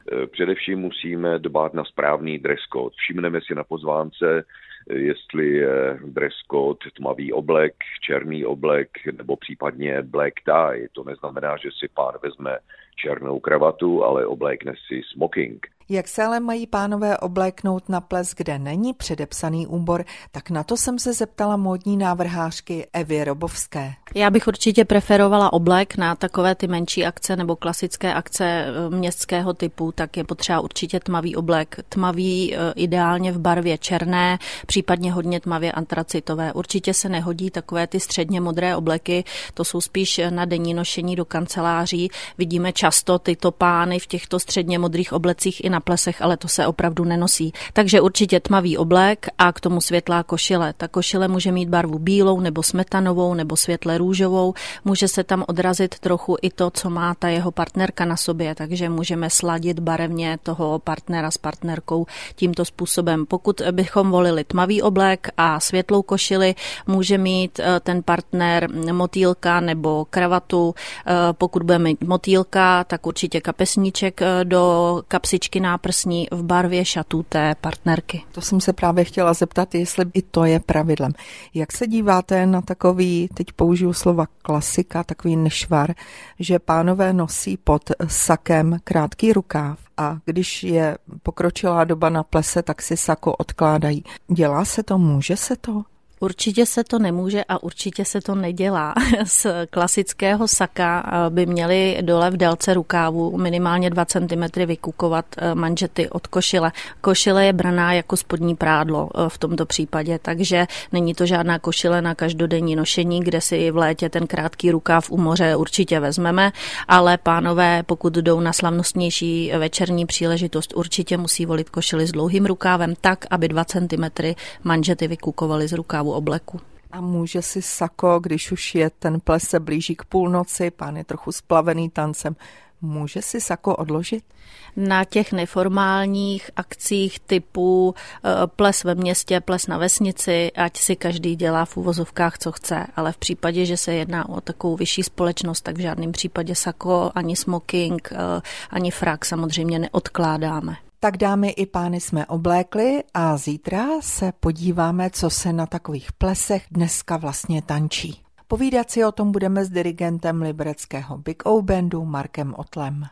Především musíme dbát na správný dress code. Všimneme si na pozvánce, jestli je dress code tmavý oblek, černý oblek nebo případně black tie. To neznamená, že si pán vezme černou kravatu, ale oblékne si smoking. Jak se ale mají pánové obléknout na ples, kde není předepsaný úbor, tak na to jsem se zeptala módní návrhářky Evy Robovské. Já bych určitě preferovala oblek na takové ty menší akce nebo klasické akce městského typu, tak je potřeba určitě tmavý oblek. Tmavý ideálně v barvě černé, případně hodně tmavě antracitové. Určitě se nehodí takové ty středně modré obleky, to jsou spíš na denní nošení do kanceláří. Vidíme často tyto pány v těchto středně modrých oblecích i na plesech, ale to se opravdu nenosí. Takže určitě tmavý oblek a k tomu světlá košile. Ta košile může mít barvu bílou nebo smetanovou nebo světle růžovou. Může se tam odrazit trochu i to, co má ta jeho partnerka na sobě, takže můžeme sladit barevně toho partnera s partnerkou tímto způsobem. Pokud bychom volili tmavý oblek a světlou košili, může mít ten partner motýlka nebo kravatu. Pokud bude mít motýlka, tak určitě kapesníček do kapsičky náprsní v barvě šatů té partnerky. To jsem se právě chtěla zeptat, jestli i to je pravidlem. Jak se díváte na takový, teď použiju slova klasika, takový nešvar, že pánové nosí pod sakem krátký rukáv a když je pokročilá doba na plese, tak si sako odkládají. Dělá se to, může se to? Určitě se to nemůže a určitě se to nedělá. Z klasického saka by měly dole v délce rukávu minimálně 2 cm vykukovat manžety od košile. Košile je braná jako spodní prádlo v tomto případě, takže není to žádná košile na každodenní nošení, kde si v létě ten krátký rukáv u moře určitě vezmeme, ale pánové, pokud jdou na slavnostnější večerní příležitost, určitě musí volit košili s dlouhým rukávem tak, aby 2 cm manžety vykukovaly z rukávu obleku. A může si sako, když už je ten ples se blíží k půlnoci, pán je trochu splavený tancem, může si sako odložit? Na těch neformálních akcích typu ples ve městě, ples na vesnici, ať si každý dělá v uvozovkách, co chce, ale v případě, že se jedná o takovou vyšší společnost, tak v žádném případě sako, ani smoking, ani frak samozřejmě neodkládáme. Tak dámy i pány jsme oblékli a zítra se podíváme, co se na takových plesech dneska vlastně tančí. Povídat si o tom budeme s dirigentem libereckého Big O Bandu Markem Otlem.